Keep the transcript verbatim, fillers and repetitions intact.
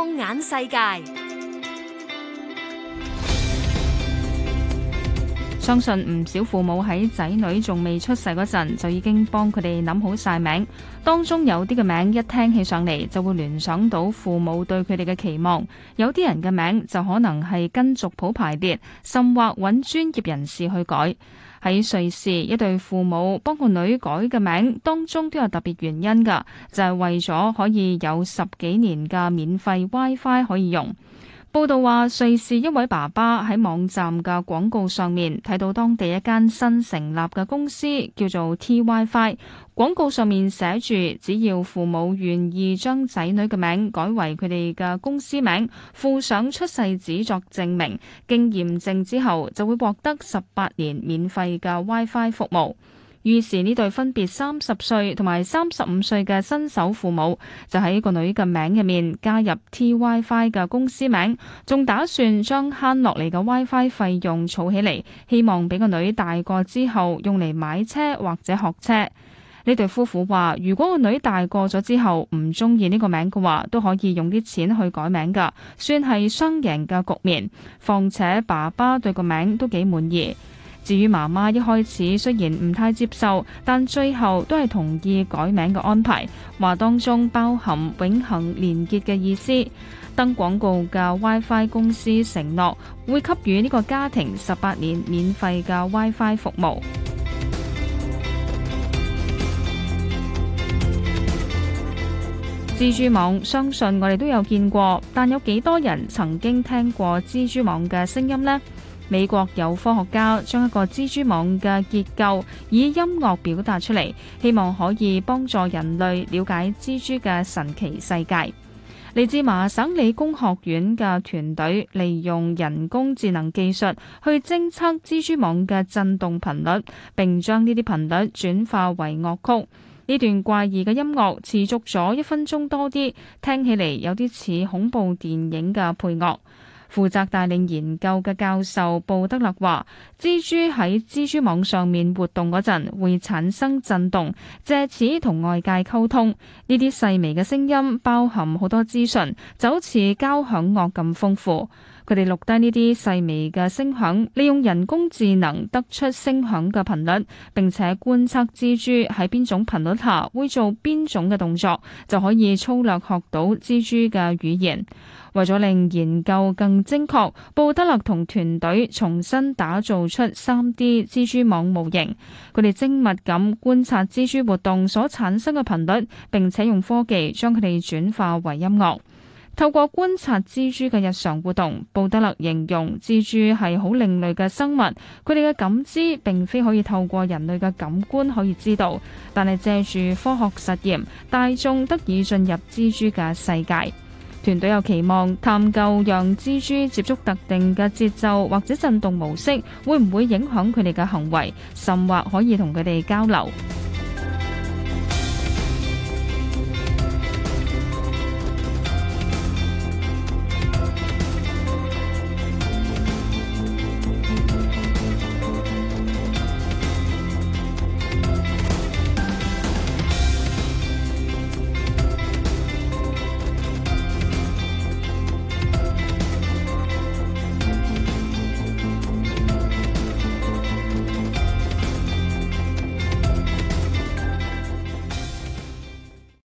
放眼世界， 相信唔少父母喺仔女仲未出世嗰陣就已經幫佢哋諗好晒名，當中有啲嘅名一聽起上嚟就會聯想到父母對佢哋嘅期望，有啲人嘅名就可能係跟族譜排列，甚或揾專業人士去改。喺瑞士，一對父母幫個女改嘅名，當中都有特別原因㗎，就係為咗可以有十幾年嘅免費 WiFi 可以用。報道話，瑞士一位爸爸喺網站嘅廣告上面睇到當地一間新成立嘅公司叫做 T WiFi， 廣告上面寫住只要父母願意將仔女嘅名改為佢哋嘅公司名，附上出世紙作證明，經驗證之後就會獲得十八年免費嘅 WiFi 服務。於是呢對分別三十歲同埋三十五歲嘅新手父母，就喺個女嘅名入面加入 T WiFi 嘅公司名，仲打算將慳落嚟嘅 WiFi 費用儲起嚟，希望俾個女大個之後用嚟買車或者學車。呢對夫婦話，如果個女大個咗之後唔中意呢個名嘅話，都可以用啲錢去改名㗎，算係雙贏嘅局面。況且爸爸對個名都幾滿意。至於媽媽一開始雖然唔太接受，但最後都係同意改名嘅安排，話當中包含永恆連結嘅意思。登廣告嘅 WiFi 公司承諾會給予呢個家庭十八年免費嘅 WiFi 服務。蜘蛛網，相信我哋都有見過，但有幾多人曾經聽過蜘蛛網嘅聲音呢？美國有科學家將一個蜘蛛網嘅結構以音樂表達出嚟，希望可以幫助人類了解蜘蛛嘅神奇世界。嚟自麻省理工學院嘅團隊利用人工智能技術去偵測蜘蛛網嘅震動頻率，並將呢啲頻率轉化為樂曲。呢段怪異嘅音樂持續咗一分鐘多啲，聽起嚟有啲似恐怖電影嘅配樂。負責帶領研究嘅教授布德勒話，蜘蛛喺蜘蛛網上面活動嗰陣會產生震動，借此同外界溝通。呢啲細微嘅聲音包含好多資訊，就好似交響樂咁豐富。佢哋錄低呢啲細微嘅聲響，利用人工智能得出聲響嘅頻率，並且觀測蜘蛛喺邊種頻率下會做邊種嘅動作，就可以粗略學到蜘蛛嘅語言。為咗令研究更精確，布德勒同團隊重新打造出 三 D 蜘蛛網模型。佢哋精密咁觀察蜘蛛活動所產生嘅頻率，並且用科技將佢哋轉化為音樂。透過觀察蜘蛛嘅日常活動，布德勒形容蜘蛛係好另類嘅生物，佢哋嘅感知並非可以透過人類嘅感官可以知道，但係借住科學實驗，大眾得以進入蜘蛛嘅世界。團隊有期望探究讓蜘蛛接觸特定嘅節奏或者震動模式，會唔會影響佢哋嘅行為，甚或可以同佢哋交流。